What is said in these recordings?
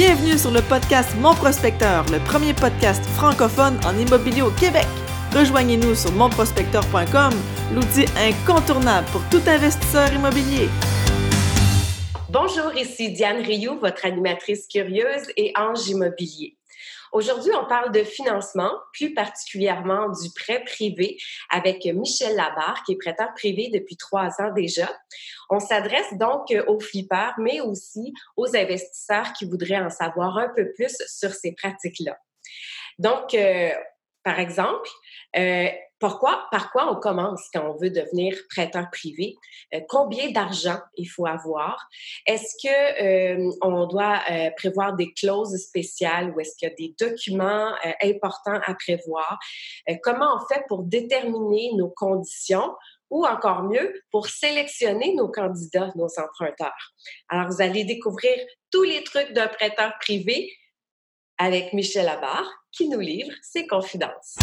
Bienvenue sur le podcast Mon Prospecteur, le premier podcast francophone en immobilier au Québec. Rejoignez-nous sur monprospecteur.com, l'outil incontournable pour tout investisseur immobilier. Bonjour, ici Diane Rioux, votre animatrice curieuse et ange immobilier. Aujourd'hui, on parle de financement, plus particulièrement du prêt privé avec Michel Labarre, qui est prêteur privé depuis 3 ans déjà. On s'adresse donc aux flippers, mais aussi aux investisseurs qui voudraient en savoir un peu plus sur ces pratiques-là. Donc, par exemple, par quoi on commence quand on veut devenir prêteur privé? Combien d'argent il faut avoir? Est-ce que on doit prévoir des clauses spéciales ou est-ce qu'il y a des documents importants à prévoir? Comment on fait pour déterminer nos conditions? Ou encore mieux, pour sélectionner nos candidats, nos emprunteurs. Alors, vous allez découvrir tous les trucs d'un prêteur privé avec Michel Labarre, qui nous livre ses confidences.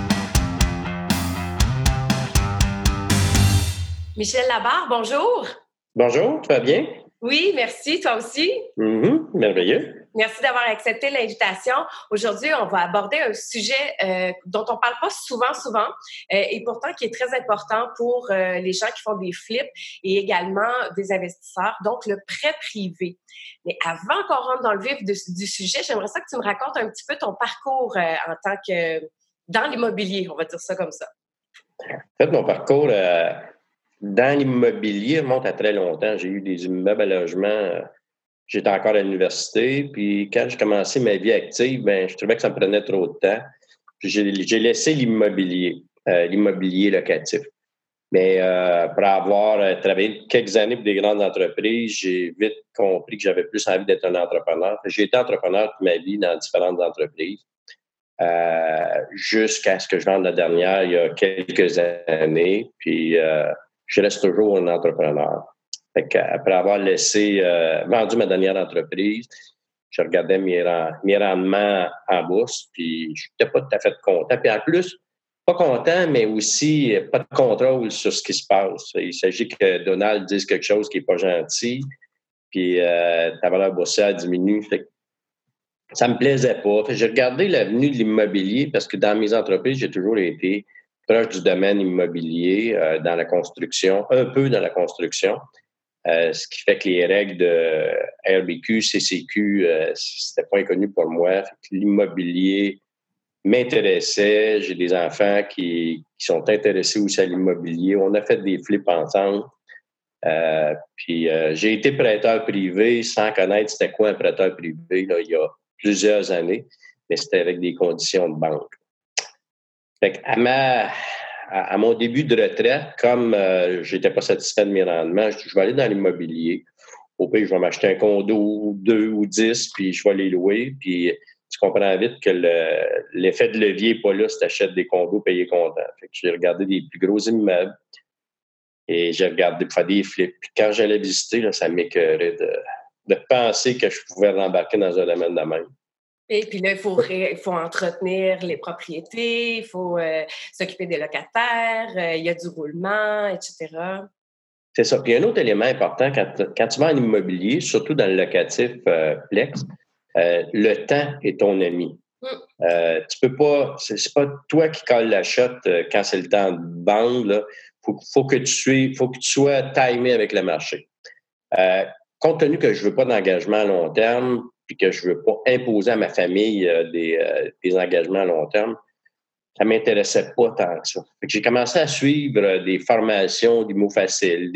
Michel Labarre, bonjour. Bonjour, tu vas bien? Oui, merci, toi aussi. Merveilleux. Merci d'avoir accepté l'invitation. Aujourd'hui, on va aborder un sujet dont on parle pas souvent, et pourtant qui est très important pour les gens qui font des flips et également des investisseurs, donc le prêt privé. Mais avant qu'on rentre dans le vif du sujet, j'aimerais ça que tu me racontes un petit peu ton parcours en tant que dans l'immobilier, on va dire ça comme ça. En fait, mon parcours dans l'immobilier remonte à très longtemps. J'ai eu des immeubles à logement. J'étais encore à l'université, puis quand j'ai commencé ma vie active, je trouvais que ça me prenait trop de temps. Puis j'ai laissé l'immobilier locatif. Mais après avoir travaillé quelques années pour des grandes entreprises, j'ai vite compris que j'avais plus envie d'être un entrepreneur. J'ai été entrepreneur toute ma vie dans différentes entreprises, jusqu'à ce que je vende la dernière il y a quelques années. Puis je reste toujours un entrepreneur. Fait qu'après avoir vendu ma dernière entreprise, je regardais mes rendements en bourse, puis je n'étais pas tout à fait content. Puis en plus, pas content, mais aussi pas de contrôle sur ce qui se passe. Il s'agit que Donald dise quelque chose qui n'est pas gentil, puis ta valeur boursière diminue. Fait que ça me plaisait pas. Fait que j'ai regardé l'avenue de l'immobilier parce que dans mes entreprises, j'ai toujours été proche du domaine immobilier, dans la construction, un peu dans la construction. Ce qui fait que les règles de RBQ, CCQ, c'était pas inconnu pour moi. Fait que l'immobilier m'intéressait. J'ai des enfants qui sont intéressés aussi à l'immobilier. On a fait des flips ensemble. Puis j'ai été prêteur privé sans connaître c'était quoi un prêteur privé là, il y a plusieurs années, mais c'était avec des conditions de banque. Fait que à mon début de retraite, comme j'étais pas satisfait de mes rendements, je vais aller dans l'immobilier. Au pire, je vais m'acheter un condo, 2 ou 10, puis je vais les louer. Puis tu comprends vite que l'effet de levier n'est pas là si tu achètes des condos payés comptant. Fait que j'ai regardé des plus gros immeubles et j'ai regardé pour faire des flips. Puis quand j'allais visiter, là, ça m'écœurait de penser que je pouvais rembarquer dans un domaine de même. Et puis là, il faut entretenir les propriétés, il faut s'occuper des locataires, il y a du roulement, etc. C'est ça. Puis un autre élément important, quand tu vas en immobilier, surtout dans le locatif Plex, le temps est ton ami. Tu peux pas, c'est pas toi qui colles la shot quand c'est le temps de vendre. Faut que tu sois timé avec le marché. Compte tenu que je veux pas d'engagement à long terme, puis que je veux pas imposer à ma famille des engagements à long terme, ça m'intéressait pas tant que ça. Fait que j'ai commencé à suivre des formations d'IMO Facile,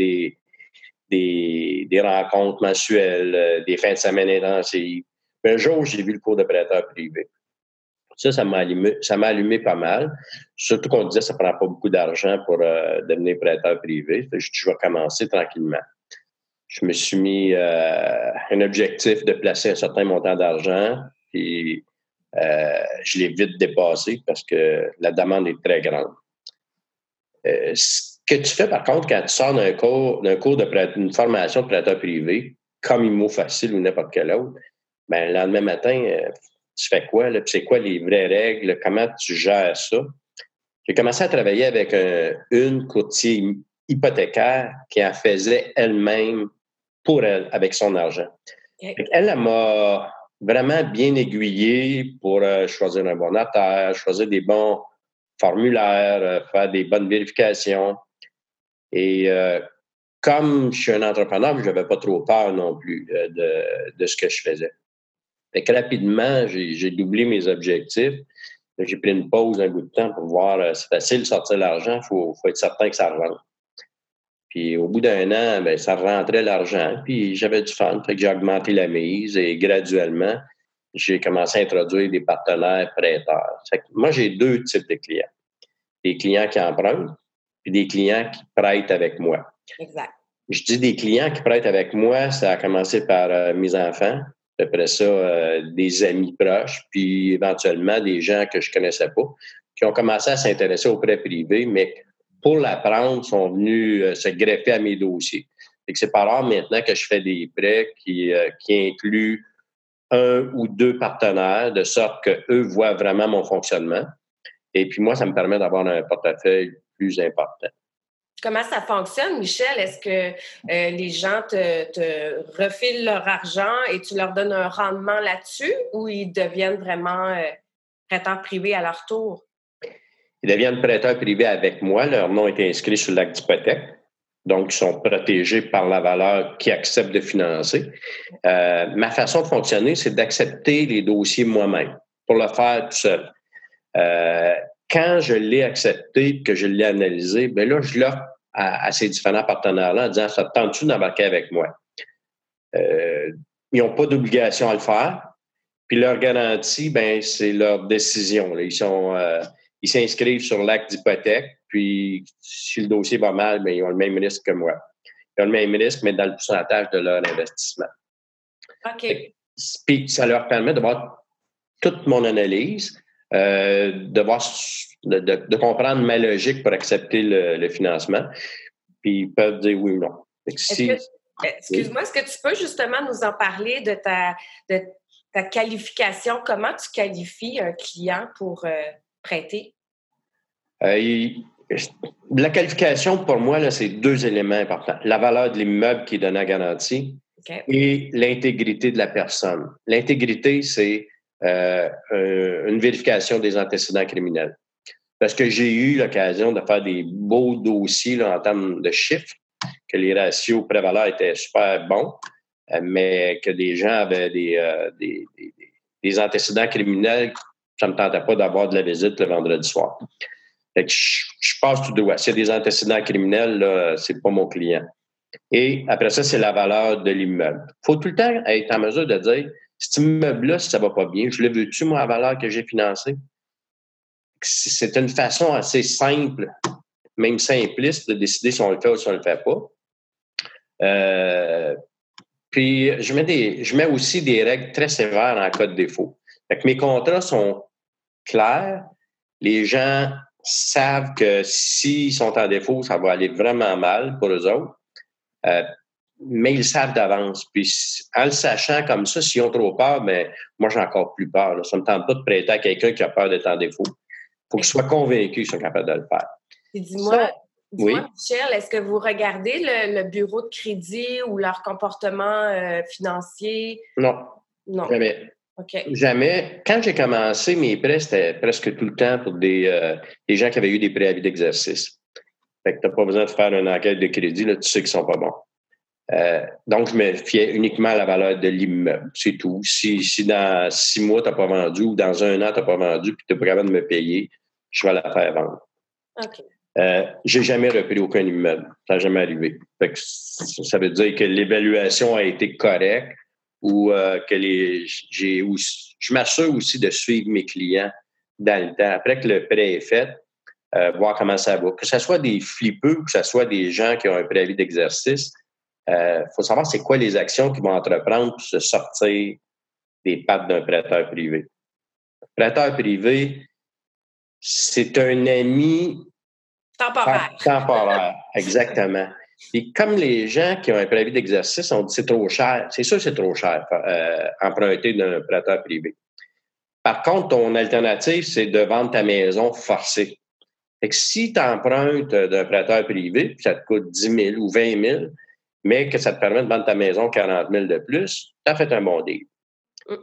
des rencontres mensuelles, des fins de semaine intensives. Un jour, j'ai vu le cours de prêteur privé. Ça m'a allumé pas mal. Surtout qu'on disait que ça ne prend pas beaucoup d'argent pour devenir prêteur privé. Je vais commencer tranquillement. Je me suis mis un objectif de placer un certain montant d'argent, puis je l'ai vite dépassé parce que la demande est très grande. Ce que tu fais, par contre, quand tu sors d'un cours d'une formation de prêteur privé, comme IMO Facile ou n'importe quel autre, le lendemain matin, tu fais quoi? Là? Puis c'est quoi les vraies règles? Comment tu gères ça? J'ai commencé à travailler avec une courtier hypothécaire qui en faisait elle-même pour elle, avec son argent. Okay. Elle m'a vraiment bien aiguillé pour choisir un bon notaire, choisir des bons formulaires, faire des bonnes vérifications. Et comme je suis un entrepreneur, je n'avais pas trop peur non plus de ce que je faisais. Fait que rapidement, j'ai doublé mes objectifs. J'ai pris une pause un bout de temps pour voir, c'est facile de sortir l'argent, il faut être certain que ça rentre. Puis au bout d'un an, ben, ça rentrait l'argent, puis j'avais du fun. Fait que j'ai augmenté la mise et graduellement, j'ai commencé à introduire des partenaires prêteurs. Fait que moi, j'ai 2 types de clients. Des clients qui empruntent, puis des clients qui prêtent avec moi. Exact. Je dis des clients qui prêtent avec moi, ça a commencé par mes enfants, après ça, des amis proches, puis éventuellement des gens que je connaissais pas, qui ont commencé à s'intéresser aux prêts privés, mais pour l'apprendre, sont venus se greffer à mes dossiers. Fait que c'est pas rare maintenant que je fais des prêts qui incluent 1 ou 2 partenaires, de sorte qu'eux voient vraiment mon fonctionnement. Et puis moi, ça me permet d'avoir un portefeuille plus important. Comment ça fonctionne, Michel? Est-ce que les gens te refilent leur argent et tu leur donnes un rendement là-dessus ou ils deviennent vraiment prêteurs privés à leur tour? Ils deviennent prêteurs privés avec moi. Leur nom est inscrit sur l'acte d'hypothèque. Donc, ils sont protégés par la valeur qu'ils acceptent de financer. Ma façon de fonctionner, c'est d'accepter les dossiers moi-même pour le faire tout seul. Quand je l'ai accepté, que je l'ai analysé, bien là, je l'offre à ces différents partenaires-là en disant « Ça te tente-tu d'embarquer avec moi? » Ils n'ont pas d'obligation à le faire. Puis leur garantie, ben c'est leur décision. Là. Ils s'inscrivent sur l'acte d'hypothèque, puis si le dossier va mal, bien, ils ont le même risque que moi. Ils ont le même risque, mais dans le pourcentage de leur investissement. OK. Puis ça leur permet de voir toute mon analyse, de comprendre ma logique pour accepter le financement, puis ils peuvent dire oui ou non. Excuse-moi, est-ce que tu peux justement nous en parler de ta qualification? Comment tu qualifies un client pour prêter? La qualification, pour moi, là, c'est 2 éléments importants. La valeur de l'immeuble qui est donné à garantie et l'intégrité de la personne. L'intégrité, c'est une vérification des antécédents criminels. Parce que j'ai eu l'occasion de faire des beaux dossiers là, en termes de chiffres, que les ratios pré-valeur étaient super bons, mais que des gens avaient des antécédents criminels, ça ne me tentait pas d'avoir de la visite le vendredi soir. Fait que je passe tout droit. S'il y a des antécédents criminels, là, c'est pas mon client. Et après ça, c'est la valeur de l'immeuble. Il faut tout le temps être en mesure de dire, cet immeuble-là, si ça va pas bien, je le veux-tu, moi, la valeur que j'ai financée? C'est une façon assez simple, même simpliste, de décider si on le fait ou si on le fait pas. Puis, je mets aussi des règles très sévères en cas de défaut. Fait que mes contrats sont clairs. Les gens savent que s'ils sont en défaut, ça va aller vraiment mal pour eux autres. Mais ils le savent d'avance. Puis, en le sachant comme ça, s'ils ont trop peur, bien, moi, j'ai encore plus peur. Là. Ça ne me tente pas de prêter à quelqu'un qui a peur d'être en défaut. Il faut qu'ils soient convaincus qu'ils sont capables de le faire. Et dis-moi, Michel, est-ce que vous regardez le bureau de crédit ou leur comportement financier? Non, jamais. Okay. Jamais. Quand j'ai commencé mes prêts, c'était presque tout le temps pour des gens qui avaient eu des préavis d'exercice. Fait que tu n'as pas besoin de faire une enquête de crédit, là, tu sais qu'ils ne sont pas bons. Donc, je me fiais uniquement à la valeur de l'immeuble, c'est tout. Si dans 6 mois, tu n'as pas vendu ou dans 1 an, tu n'as pas vendu puis tu n'es pas capable de me payer, je vais la faire vendre. OK. J'ai jamais repris aucun immeuble. Ça n'a jamais arrivé. Fait que ça veut dire que l'évaluation a été correcte ou que je m'assure aussi de suivre mes clients dans le temps. Après que le prêt est fait, voir comment ça va. Que ce soit des flippeux, que ce soit des gens qui ont un préavis d'exercice, faut savoir c'est quoi les actions qu'ils vont entreprendre pour se sortir des pattes d'un prêteur privé. Le prêteur privé, c'est un ami temporaire, exactement. Et comme les gens qui ont un préavis d'exercice ont dit c'est trop cher, c'est sûr que c'est trop cher emprunter d'un prêteur privé. Par contre, ton alternative, c'est de vendre ta maison forcée. Fait que si tu empruntes d'un prêteur privé, ça te coûte 10 000 ou 20 000, mais que ça te permet de vendre ta maison 40 000 de plus, tu as fait un bon deal.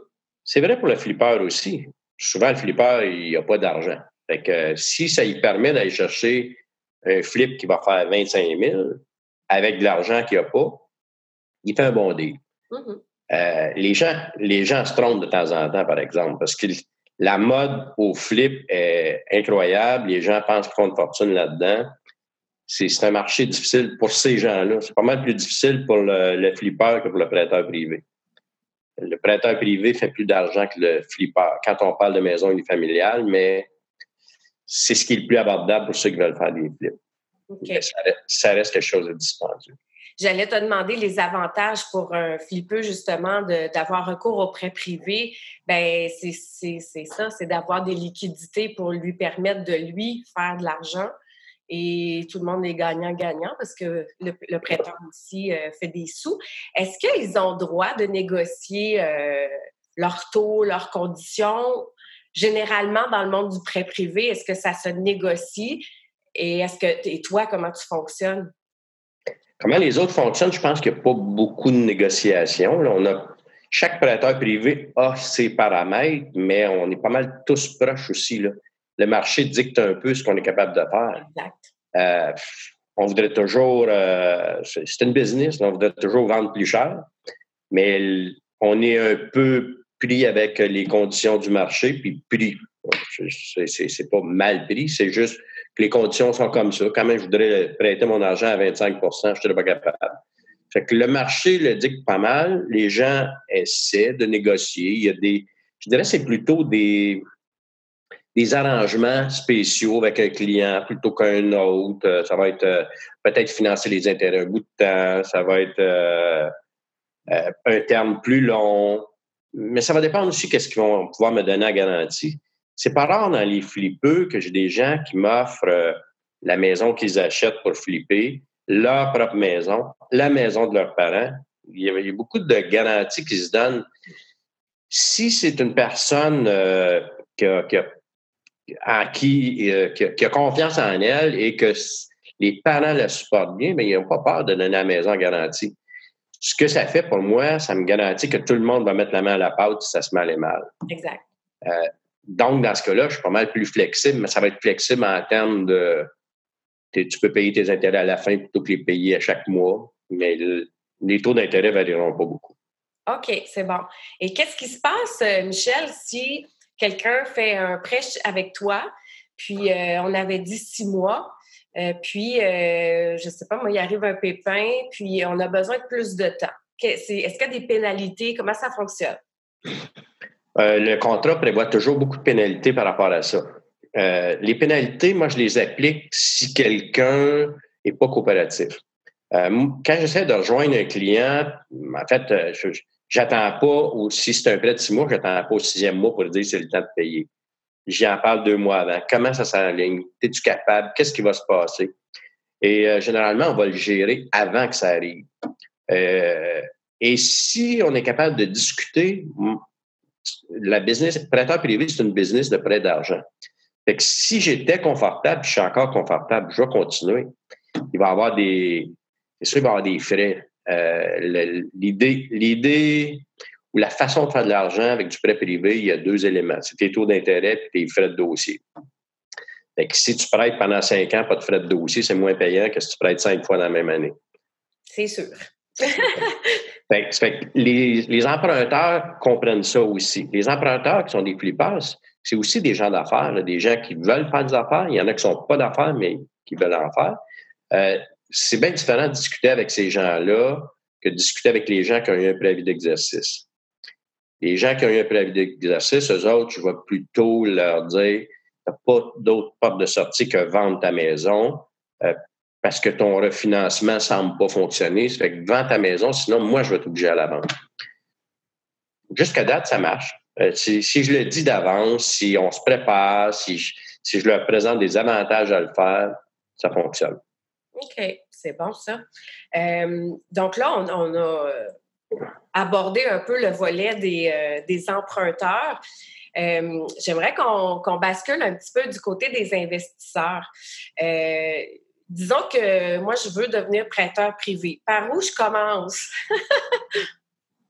C'est vrai pour le flipper aussi. Souvent, le flipper, il n'a pas d'argent. Fait que si ça lui permet d'aller chercher un flip qui va faire 25 000 avec de l'argent qu'il n'a pas, il fait un bon deal. Mm-hmm. Les gens se trompent de temps en temps, par exemple, parce que la mode au flip est incroyable. Les gens pensent qu'ils font une fortune là-dedans. C'est un marché difficile pour ces gens-là. C'est pas mal plus difficile pour le flipper que pour le prêteur privé. Le prêteur privé fait plus d'argent que le flipper quand on parle de maison unifamiliale, mais c'est ce qui est le plus abordable pour ceux qui veulent faire des flips. Okay. Ça reste quelque chose de dispendieux. J'allais te demander les avantages pour un flippeux, justement, d'avoir recours au prêt privé. Bien, c'est ça, c'est d'avoir des liquidités pour lui permettre de, lui, faire de l'argent. Et tout le monde est gagnant-gagnant parce que le prêteur aussi fait des sous. Est-ce qu'ils ont droit de négocier leur taux, leurs conditions? Généralement, dans le monde du prêt privé, est-ce que ça se négocie? Et toi, comment tu fonctionnes? Comment les autres fonctionnent? Je pense qu'il n'y a pas beaucoup de négociations. Là, chaque prêteur privé a ses paramètres, mais on est pas mal tous proches aussi, là. Le marché dicte un peu ce qu'on est capable de faire. Exact. On voudrait toujours... c'est une business, on voudrait toujours vendre plus cher, mais on est un peu pris avec les conditions du marché, puis pris. C'est pas mal pris, c'est juste que les conditions sont comme ça. Quand même, je voudrais prêter mon argent à 25 % je ne serais pas capable. Fait que le marché le dicte pas mal. Les gens essaient de négocier. Il y a je dirais que c'est plutôt des arrangements spéciaux avec un client plutôt qu'un autre. Ça va être peut-être financer les intérêts un bout de temps. Ça va être un terme plus long. Mais ça va dépendre aussi de ce qu'ils vont pouvoir me donner à garantie. C'est pas rare dans les flippeux que j'ai des gens qui m'offrent la maison qu'ils achètent pour flipper, leur propre maison, la maison de leurs parents. Il y a beaucoup de garanties qui se donnent. Si c'est une personne qui a confiance en elle et que les parents la supportent bien, mais ils n'ont pas peur de donner la maison en garantie. Ce que ça fait pour moi, ça me garantit que tout le monde va mettre la main à la pâte si ça se met aller mal. Exact. Donc, dans ce cas-là, je suis pas mal plus flexible, mais ça va être flexible en termes de... Tu peux payer tes intérêts à la fin plutôt que les payer à chaque mois, mais les taux d'intérêt ne varieront pas beaucoup. OK, c'est bon. Et qu'est-ce qui se passe, Michel, si quelqu'un fait un prêt avec toi, puis on avait dit 6 mois, puis, je ne sais pas, moi, il arrive un pépin, puis on a besoin de plus de temps. Est-ce qu'il y a des pénalités? Comment ça fonctionne? Le contrat prévoit toujours beaucoup de pénalités par rapport à ça. Les pénalités, moi, je les applique si quelqu'un n'est pas coopératif. Quand j'essaie de rejoindre un client, en fait, j'attends pas, ou si c'est un prêt de 6 mois, j'attends pas au 6e mois pour dire c'est le temps de payer. J'y en parle 2 mois avant. Comment ça s'enligne? Es-tu capable? Qu'est-ce qui va se passer? Et généralement, on va le gérer avant que ça arrive. Et si on est capable de discuter, la business, prêteur privé, c'est une business de prêt d'argent. Fait que si j'étais confortable, puis je suis encore confortable, je vais continuer. Il va y avoir c'est sûr, il va y avoir des frais. L'idée ou la façon de faire de l'argent avec du prêt privé, il y a 2 éléments. C'est tes taux d'intérêt et tes frais de dossier. Fait que si tu prêtes pendant 5 ans, pas de frais de dossier, c'est moins payant que si tu prêtes 5 fois dans la même année. C'est sûr. Fait que les emprunteurs comprennent ça aussi. Les emprunteurs qui sont des flippers, c'est aussi des gens d'affaires, là, des gens qui veulent faire des affaires. Il y en a qui ne sont pas d'affaires, mais qui veulent en faire. C'est bien différent de discuter avec ces gens-là que de discuter avec les gens qui ont eu un préavis d'exercice. Les gens qui ont eu un préavis d'exercice, eux autres, je vais plutôt leur dire « tu n'as pas d'autre porte de sortie que vendre ta maison parce que ton refinancement ne semble pas fonctionner. Ça fait que vends ta maison, sinon moi, je vais t'obliger à la vendre. » Jusqu'à date, ça marche. Si je le dis d'avance, si on se prépare, si je leur présente des avantages à le faire, ça fonctionne. OK, c'est bon ça. Donc là, on a abordé un peu le volet des emprunteurs. J'aimerais qu'on bascule un petit peu du côté des investisseurs. Disons que moi, je veux devenir prêteur privé. Par où je commence?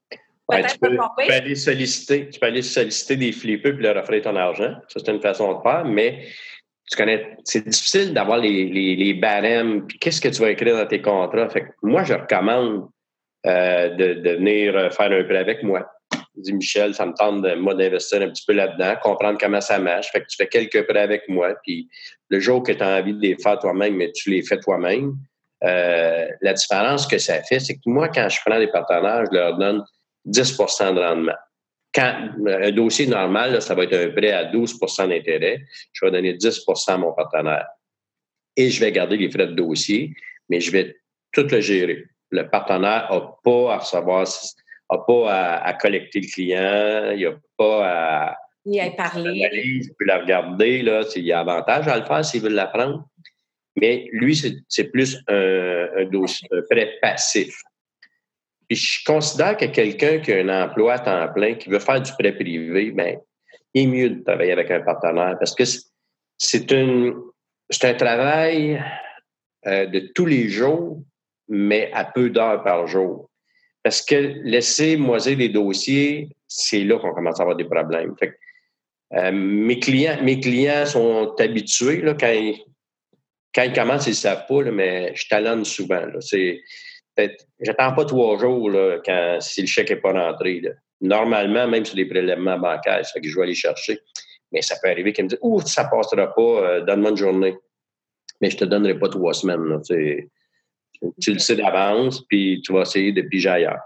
peut-être pas tu peux aller solliciter des flippers puis leur offrir ton argent. Ça, c'est une façon de faire, mais c'est difficile d'avoir les barèmes, puis qu'est-ce que tu vas écrire dans tes contrats. Fait que moi, je recommande de venir faire un prêt avec moi. Je dis, Michel, ça me tente moi d'investir un petit peu là-dedans, comprendre comment ça marche. Fait que tu fais quelques prêts avec moi, puis le jour que tu as envie de les faire toi-même, mais tu les fais toi-même, la différence que ça fait, c'est que moi, quand je prends des partenaires, je leur donne 10 de rendement. Quand un dossier normal, là, ça va être un prêt à 12 d'intérêt, je vais donner 10 à mon partenaire. Et je vais garder les frais de dossier, mais je vais tout le gérer. Le partenaire n'a pas à recevoir, n'a pas à collecter le client, il n'a pas à y parler. Il peut la regarder, là, il y a avantage à le faire s'il veut l'apprendre. Mais lui, c'est plus un dossier, un prêt passif. Puis je considère que quelqu'un qui a un emploi à temps plein, qui veut faire du prêt privé, bien, il est mieux de travailler avec un partenaire parce que c'est un travail de tous les jours, mais à peu d'heures par jour. Parce que laisser moisir les dossiers, c'est là qu'on commence à avoir des problèmes. Fait que, mes clients sont habitués, là, quand ils commencent, ils ne savent pas, là, mais je talonne souvent. Là. J'attends pas 3 jours là, si le chèque n'est pas rentré. Là. Normalement, même sur des prélèvements bancaires, ça fait que je vais aller chercher. Mais ça peut arriver qu'ils me disent « Ouh, ça ne passera pas, donne-moi une journée. » Mais je ne te donnerai pas 3 semaines. Là, tu le sais d'avance, puis tu vas essayer de piger ailleurs.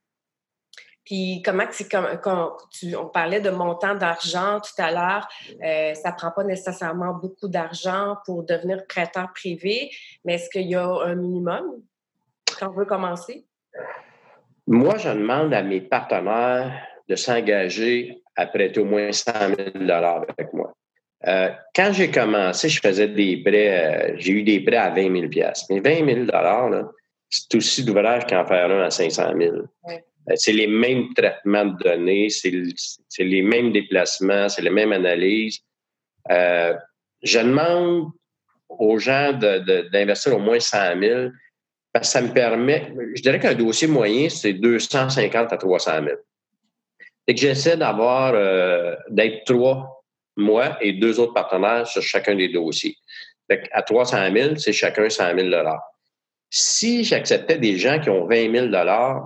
Puis on parlait de montant d'argent tout à l'heure, ça ne prend pas nécessairement beaucoup d'argent pour devenir prêteur privé, mais est-ce qu'il y a un minimum quand on veut commencer? Moi, je demande à mes partenaires de s'engager à prêter au moins 100 000 avec moi. Quand j'ai commencé, je faisais des prêts, j'ai eu des prêts à 20 000 mais 20 000 là, c'est aussi d'ouvrage qu'en faire un à 500 000. Ouais. C'est les mêmes traitements de données, c'est les mêmes déplacements, c'est les mêmes analyses. Je demande aux gens d'investir au moins 100 000 parce que ça me permet, je dirais qu'un dossier moyen, c'est 250 à 300 000. C'est que j'essaie d'être 3, moi et 2 autres partenaires sur chacun des dossiers. Fait qu'à 300 000, c'est chacun 100 000 $. Si j'acceptais des gens qui ont 20 000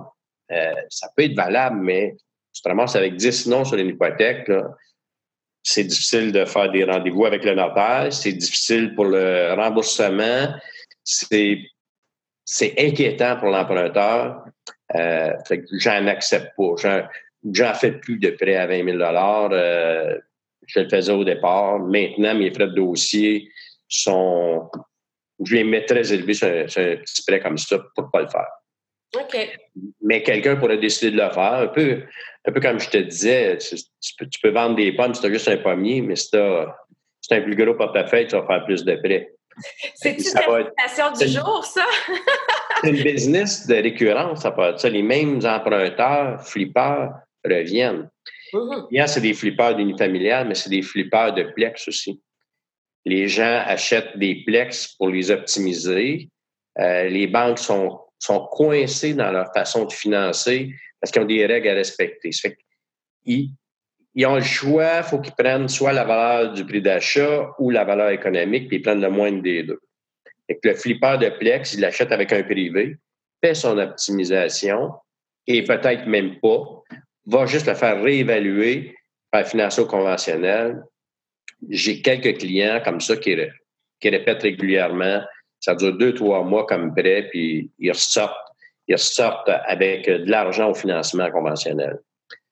ça peut être valable, mais tu te ramasses avec 10 noms sur une hypothèque, là. C'est difficile de faire des rendez-vous avec le notaire, c'est difficile pour le remboursement, c'est inquiétant pour l'emprunteur. Fait que j'en accepte pas. J'en fais plus de prêts à 20 000 $. Je le faisais au départ. Maintenant, mes frais de dossier sont... Je les mets très élevés sur un petit prêt comme ça pour ne pas le faire. OK. Mais quelqu'un pourrait décider de le faire. Un peu comme je te disais, tu peux vendre des pommes si tu as juste un pommier, mais si tu as un plus gros portefeuille, tu vas faire plus de prêts. C'est-tu la citation du jour, ça? C'est une business de récurrence, ça peut être ça. Les mêmes emprunteurs, flippeurs, reviennent. Hier, c'est des flippeurs d'unifamiliales, mais c'est des flippeurs de plex aussi. Les gens achètent des plex pour les optimiser. Les banques sont coincés dans leur façon de financer parce qu'ils ont des règles à respecter. Ça fait qu'ils ont le choix, il faut qu'ils prennent soit la valeur du prix d'achat ou la valeur économique, puis ils prennent le moindre des deux. Et que le flipper de plex, il l'achète avec un privé, fait son optimisation et peut-être même pas, va juste le faire réévaluer par financier conventionnel. J'ai quelques clients comme ça qui répètent régulièrement. Ça dure 2-3 mois comme prêt, puis ils ressortent avec de l'argent au financement conventionnel.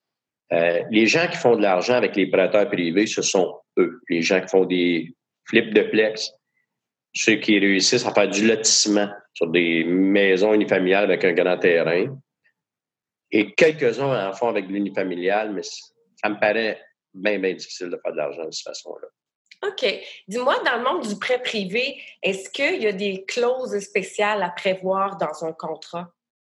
Les gens qui font de l'argent avec les prêteurs privés, ce sont eux. Les gens qui font des flips de plex, ceux qui réussissent à faire du lotissement sur des maisons unifamiliales avec un grand terrain. Et quelques-uns en font avec de l'unifamilial, mais ça me paraît bien, bien difficile de faire de l'argent de cette façon-là. OK. Dis-moi, dans le monde du prêt privé, est-ce qu'il y a des clauses spéciales à prévoir dans un contrat?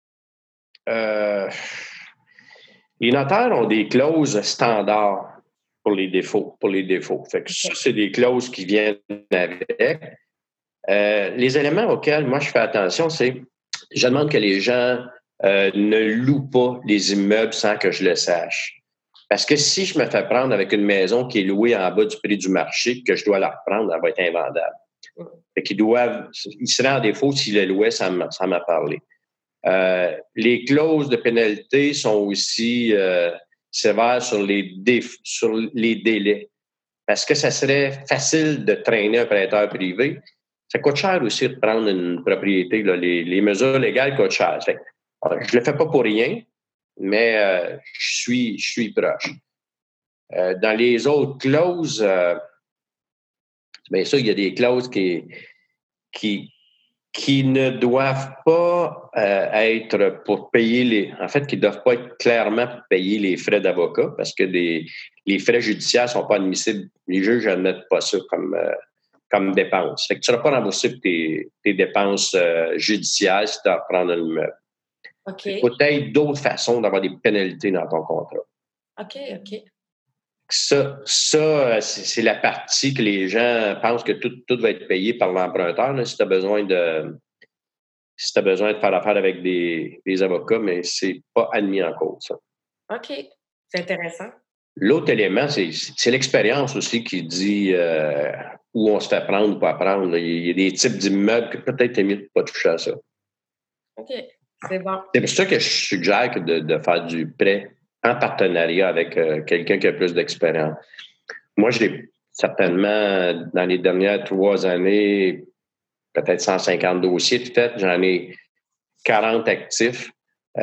Les notaires ont des clauses standards pour les défauts. Fait que ça, c'est des clauses qui viennent avec. Les éléments auxquels moi je fais attention, c'est je demande que les gens ne loue pas les immeubles sans que je le sache. Parce que si je me fais prendre avec une maison qui est louée en bas du prix du marché, que je dois la reprendre, elle va être invendable. Fait qu'ils doivent, ils seraient en défaut s'ils le louaient sans m'en parler. Les clauses de pénalité sont aussi sévères sur les délais. Parce que ça serait facile de traîner un prêteur privé. Ça coûte cher aussi de prendre une propriété. Là. Les mesures légales coûtent cher. Je ne le fais pas pour rien, mais je suis proche. Dans les autres clauses, bien sûr, il y a des clauses qui ne doivent pas être pour payer en fait, qui ne doivent pas être clairement pour payer les frais d'avocat parce que les frais judiciaires ne sont pas admissibles. Les juges n'admettent pas ça comme dépense. Fait que tu ne seras pas remboursé pour tes dépenses judiciaires si tu dois reprendre un immeuble. Okay. Peut-être d'autres façons d'avoir des pénalités dans ton contrat. OK. Ça, c'est la partie que les gens pensent que tout va être payé par l'emprunteur. Là, si tu as besoin de faire affaire avec des avocats, mais c'est pas admis en cause. Ça. OK. C'est intéressant. L'autre élément, c'est l'expérience aussi qui dit où on se fait prendre ou pas prendre. Il y a des types d'immeubles que peut-être c'est mieux de ne pas toucher à ça. OK. C'est bon. C'est pour ça que je suggère de faire du prêt en partenariat avec quelqu'un qui a plus d'expérience. Moi, j'ai certainement, dans les dernières 3 années, peut-être 150 dossiers de fait. J'en ai 40 actifs.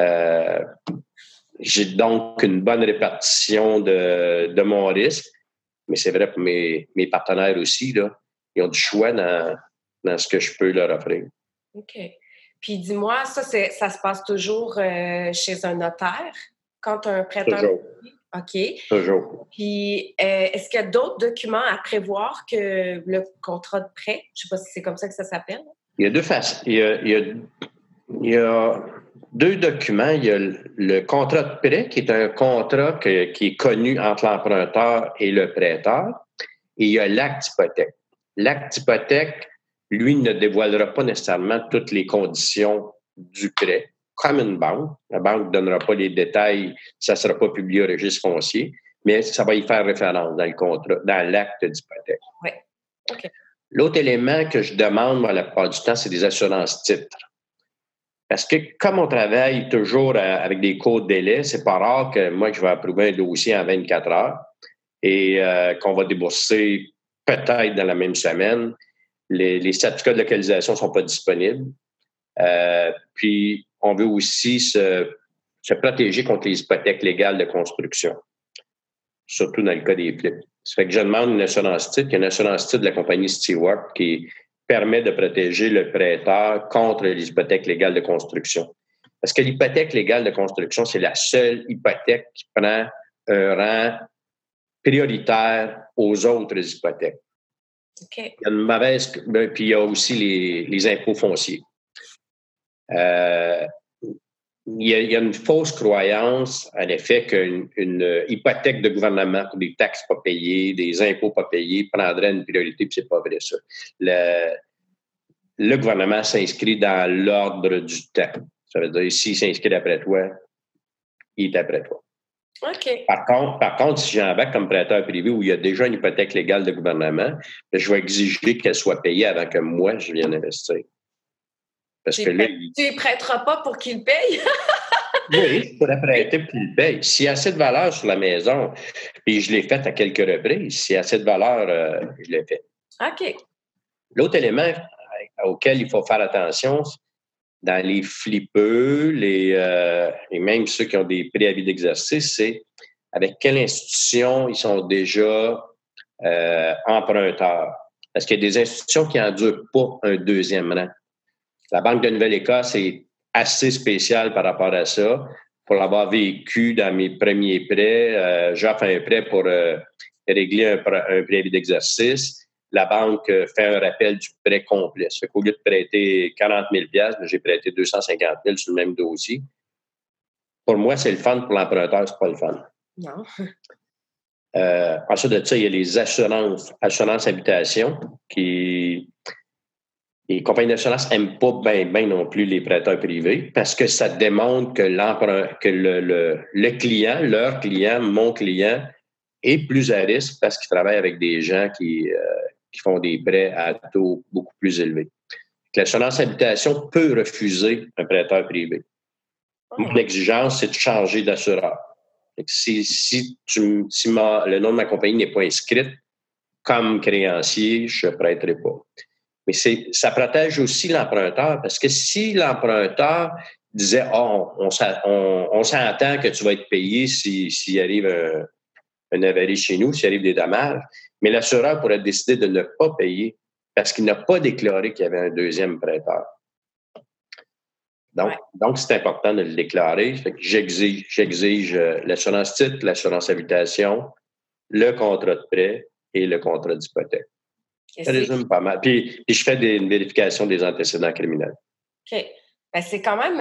J'ai donc une bonne répartition de mon risque. Mais c'est vrai pour mes partenaires aussi, là, ils ont du choix dans ce que je peux leur offrir. OK. Puis dis-moi, ça se passe toujours chez un notaire quand un prêteur... Toujours. OK. Toujours. Puis est-ce qu'il y a d'autres documents à prévoir que le contrat de prêt? Je ne sais pas si c'est comme ça que ça s'appelle. Il y a deux façons. Il y a 2 documents. Il y a le contrat de prêt, qui est un contrat qui est connu entre l'emprunteur et le prêteur. Et il y a l'acte d'hypothèque. L'acte d'hypothèque, lui, ne dévoilera pas nécessairement toutes les conditions du prêt, comme une banque. La banque ne donnera pas les détails, ça ne sera pas publié au registre foncier, mais ça va y faire référence dans le contrat, dans l'acte d'hypothèque. Oui. OK. L'autre élément que je demande, moi, la plupart du temps, c'est des assurances titres. Parce que comme on travaille toujours avec des courts délais, c'est pas rare que moi, je vais approuver un dossier en 24 heures et qu'on va débourser peut-être dans la même semaine. Les certificats de localisation ne sont pas disponibles. Puis, on veut aussi se protéger contre les hypothèques légales de construction, surtout dans le cas des flips. Ça fait que je demande une assurance titre, une assurance titre de la compagnie Stewart qui permet de protéger le prêteur contre les hypothèques légales de construction. Parce que l'hypothèque légale de construction, c'est la seule hypothèque qui prend un rang prioritaire aux autres hypothèques. Okay. Il y a une mauvaise... Puis il y a aussi les impôts fonciers. Il y a une fausse croyance, en effet, qu'une hypothèque de gouvernement pour des taxes pas payées, des impôts pas payés, prendrait une priorité, puis c'est pas vrai, ça. Le gouvernement s'inscrit dans l'ordre du temps. Ça veut dire, s'il s'inscrit après toi, il est après toi. OK. Par contre, si j'embarque comme prêteur privé où il y a déjà une hypothèque légale de gouvernement, je vais exiger qu'elle soit payée avant que moi, je vienne investir. Parce que là, tu ne prêteras pas pour qu'il paye? Oui, je pourrais prêter pour qu'il paye. S'il y a assez de valeur sur la maison, puis je l'ai fait à quelques reprises, s'il y a assez de valeur, je l'ai fait. OK. L'autre élément auquel il faut faire attention, dans les flippeux, et même ceux qui ont des préavis d'exercice, c'est avec quelle institution ils sont déjà emprunteurs. Parce qu'il y a des institutions qui n'endurent pas un deuxième rang. La Banque de Nouvelle-Écosse est assez spéciale par rapport à ça. Pour l'avoir vécu dans mes premiers prêts, j'offre un prêt pour régler un préavis d'exercice. La banque fait un rappel du prêt complet. Ça fait qu'au lieu de prêter 40 000 $, j'ai prêté 250 000 sur le même dossier. Pour moi, c'est le fun. Pour l'emprunteur, c'est pas le fun. Non. Ensuite de ça, il y a les assurances habitation qui Les compagnies d'assurance n'aiment pas bien non plus les prêteurs privés parce que ça démontre que le client, leur client, mon client, est plus à risque parce qu'il travaille avec des gens qui font des prêts à taux beaucoup plus élevés. L'assurance habitation peut refuser un prêteur privé. Mon exigence, c'est de changer d'assureur. Si le nom de ma compagnie n'est pas inscrit comme créancier, je ne prêterai pas. Mais ça protège aussi l'emprunteur parce que si l'emprunteur disait « on s'entend que tu vas être payé s'il arrive un avarie chez nous, s'il arrive des dommages », mais l'assureur pourrait décider de ne pas payer parce qu'il n'a pas déclaré qu'il y avait un deuxième prêteur. Donc c'est important de le déclarer. Fait que j'exige l'assurance titre, l'assurance habitation, le contrat de prêt et le contrat d'hypothèque. Ça résume pas mal. Puis je fais une vérification des antécédents criminels. OK. Ben, c'est quand même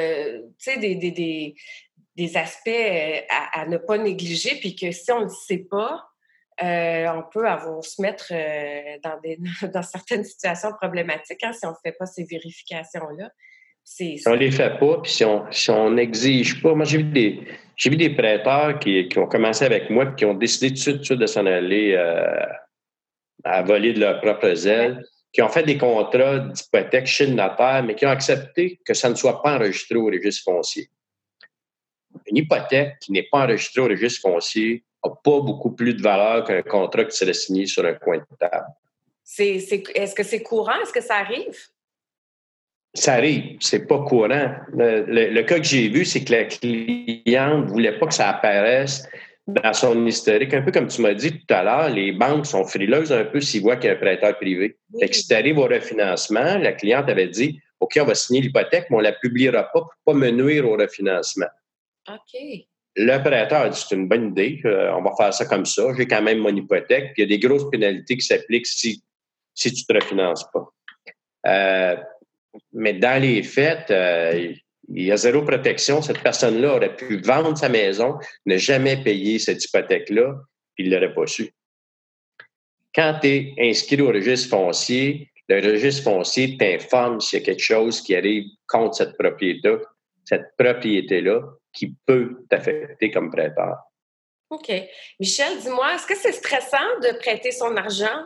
des aspects à ne pas négliger, puis que si on ne le sait pas, on peut se mettre dans certaines situations problématiques si on ne fait pas ces vérifications-là. Si on ne les fait pas, puis si on n'exige pas. Moi, j'ai vu des prêteurs qui ont commencé avec moi et qui ont décidé tout de suite de s'en aller à voler de leurs propres ailes, qui ont fait des contrats d'hypothèque chez le notaire, mais qui ont accepté que ça ne soit pas enregistré au registre foncier. Une hypothèque qui n'est pas enregistrée au registre foncier n'a pas beaucoup plus de valeur qu'un contrat qui serait signé sur un coin de table. Est-ce que c'est courant? Est-ce que ça arrive? Ça arrive, c'est pas courant. Le cas que j'ai vu, c'est que la cliente ne voulait pas que ça apparaisse dans son historique. Un peu comme tu m'as dit tout à l'heure, les banques sont frileuses un peu s'ils voient qu'il y a un prêteur privé. Oui. Fait que si tu arrives au refinancement, la cliente avait dit « OK, on va signer l'hypothèque, mais on ne la publiera pas pour ne pas me nuire au refinancement. » OK. Le prêteur a dit « C'est une bonne idée, on va faire ça comme ça. J'ai quand même mon hypothèque. » Puis il y a des grosses pénalités qui s'appliquent si tu ne te refinances pas. Mais dans les faits, il y a zéro protection. Cette personne-là aurait pu vendre sa maison, ne jamais payer cette hypothèque-là, puis il ne l'aurait pas su. Quand tu es inscrit au registre foncier, le registre foncier t'informe s'il y a quelque chose qui arrive contre cette propriété-là qui peut t'affecter comme prêteur. OK. Michel, dis-moi, est-ce que c'est stressant de prêter son argent?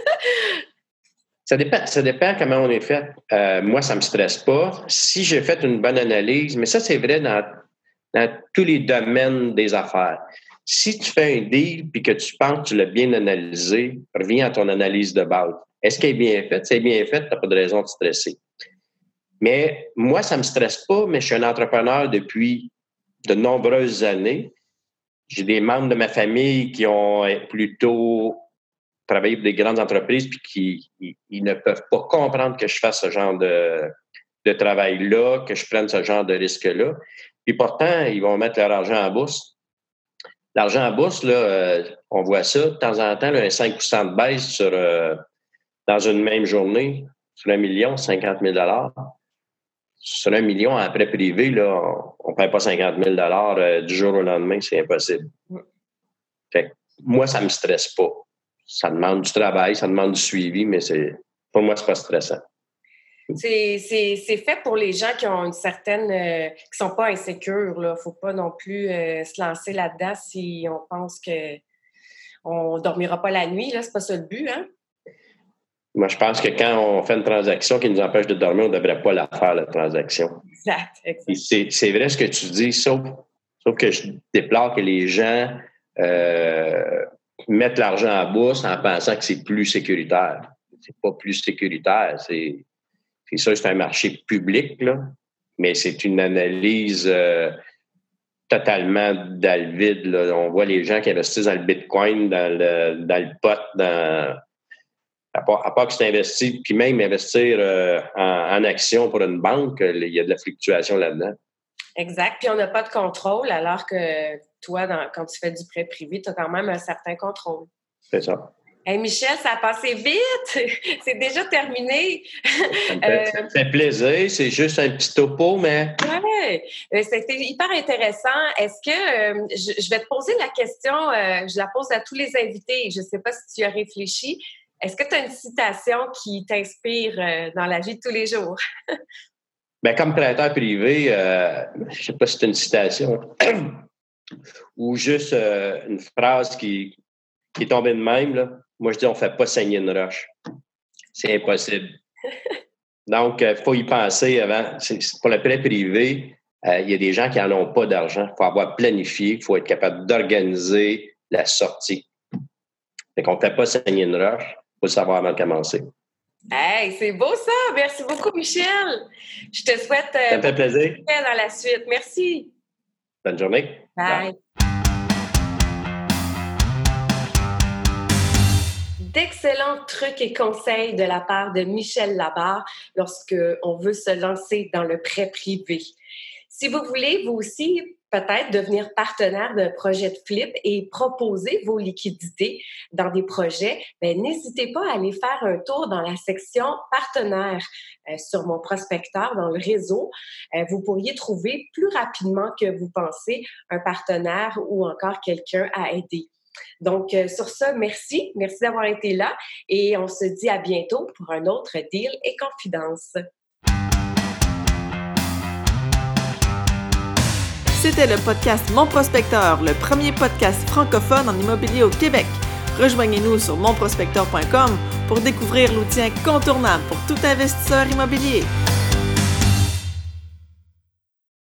Ça dépend comment on est fait. Moi, ça ne me stresse pas. Si j'ai fait une bonne analyse, mais ça, c'est vrai dans tous les domaines des affaires. Si tu fais un deal et que tu penses que tu l'as bien analysé, reviens à ton analyse de base. Est-ce qu'elle est bien faite? Si elle est bien faite, tu n'as pas de raison de stresser. Mais moi, ça ne me stresse pas, mais je suis un entrepreneur depuis de nombreuses années. J'ai des membres de ma famille qui ont plutôt travailler pour des grandes entreprises puis ils ne peuvent pas comprendre que je fasse ce genre de travail-là, que je prenne ce genre de risque-là. Puis pourtant, ils vont mettre leur argent en bourse. L'argent en bourse, là, on voit ça de temps en temps, là, un 5 % de baisse dans une même journée, sur 1 million, 50 000 $. Sur 1 million en prêt privé, là, on ne paie pas 50 000 du jour au lendemain, c'est impossible. Fait que moi, ça ne me stresse pas. Ça demande du travail, ça demande du suivi, mais pour moi, c'est pas stressant. C'est fait pour les gens qui ont une certaine... qui sont pas insécures, là. Faut pas non plus se lancer là-dedans si on pense qu'on dormira pas la nuit, là. C'est pas ça le but, hein? Moi, je pense que quand on fait une transaction qui nous empêche de dormir, on ne devrait pas la faire, la transaction. Exact. C'est vrai ce que tu dis, sauf que je déplore que les gens... mettre l'argent en bourse en pensant que c'est plus sécuritaire. C'est pas plus sécuritaire. C'est ça, c'est un marché public, là, mais c'est une analyse totalement dans le vide. Là. On voit les gens qui investissent dans le Bitcoin, dans le pot, à part que c'est investi, puis même investir en action pour une banque, il y a de la fluctuation là-dedans. Exact. Puis on n'a pas de contrôle, alors que toi, quand tu fais du prêt privé, tu as quand même un certain contrôle. C'est ça. Hey Michel, ça a passé vite! C'est déjà terminé! Ça me fait plaisir. C'est juste un petit topo, mais... Oui! C'était hyper intéressant. Est-ce que... je vais te poser la question, je la pose à tous les invités. Je ne sais pas si tu y as réfléchi. Est-ce que tu as une citation qui t'inspire dans la vie de tous les jours? Bien, comme prêteur privé, je ne sais pas si c'est une citation ou juste une phrase qui est tombée de même. Là. Moi, je dis on ne fait pas saigner une roche. C'est impossible. Donc, il faut y penser avant. Pour le prêt privé, il y a des gens qui n'en ont pas d'argent. Il faut avoir planifié, il faut être capable d'organiser la sortie. Fait qu'on ne fait pas saigner une roche, il faut le savoir avant de commencer. Hey, c'est beau ça! Merci beaucoup, Michel! Je te souhaite ça me fait plaisir. Dans la suite. Merci! Bonne journée! Bye! D'excellents trucs et conseils de la part de Michel Labarre lorsqu'on veut se lancer dans le prêt privé. Si vous voulez, vous aussi, peut-être devenir partenaire d'un projet de flip et proposer vos liquidités dans des projets, n'hésitez pas à aller faire un tour dans la section partenaires sur mon prospecteur dans le réseau. Vous pourriez trouver plus rapidement que vous pensez un partenaire ou encore quelqu'un à aider. Donc, sur ça, merci d'avoir été là et on se dit à bientôt pour un autre Deal et Confidence. C'était le podcast Mon Prospecteur, le premier podcast francophone en immobilier au Québec. Rejoignez-nous sur monprospecteur.com pour découvrir l'outil incontournable pour tout investisseur immobilier.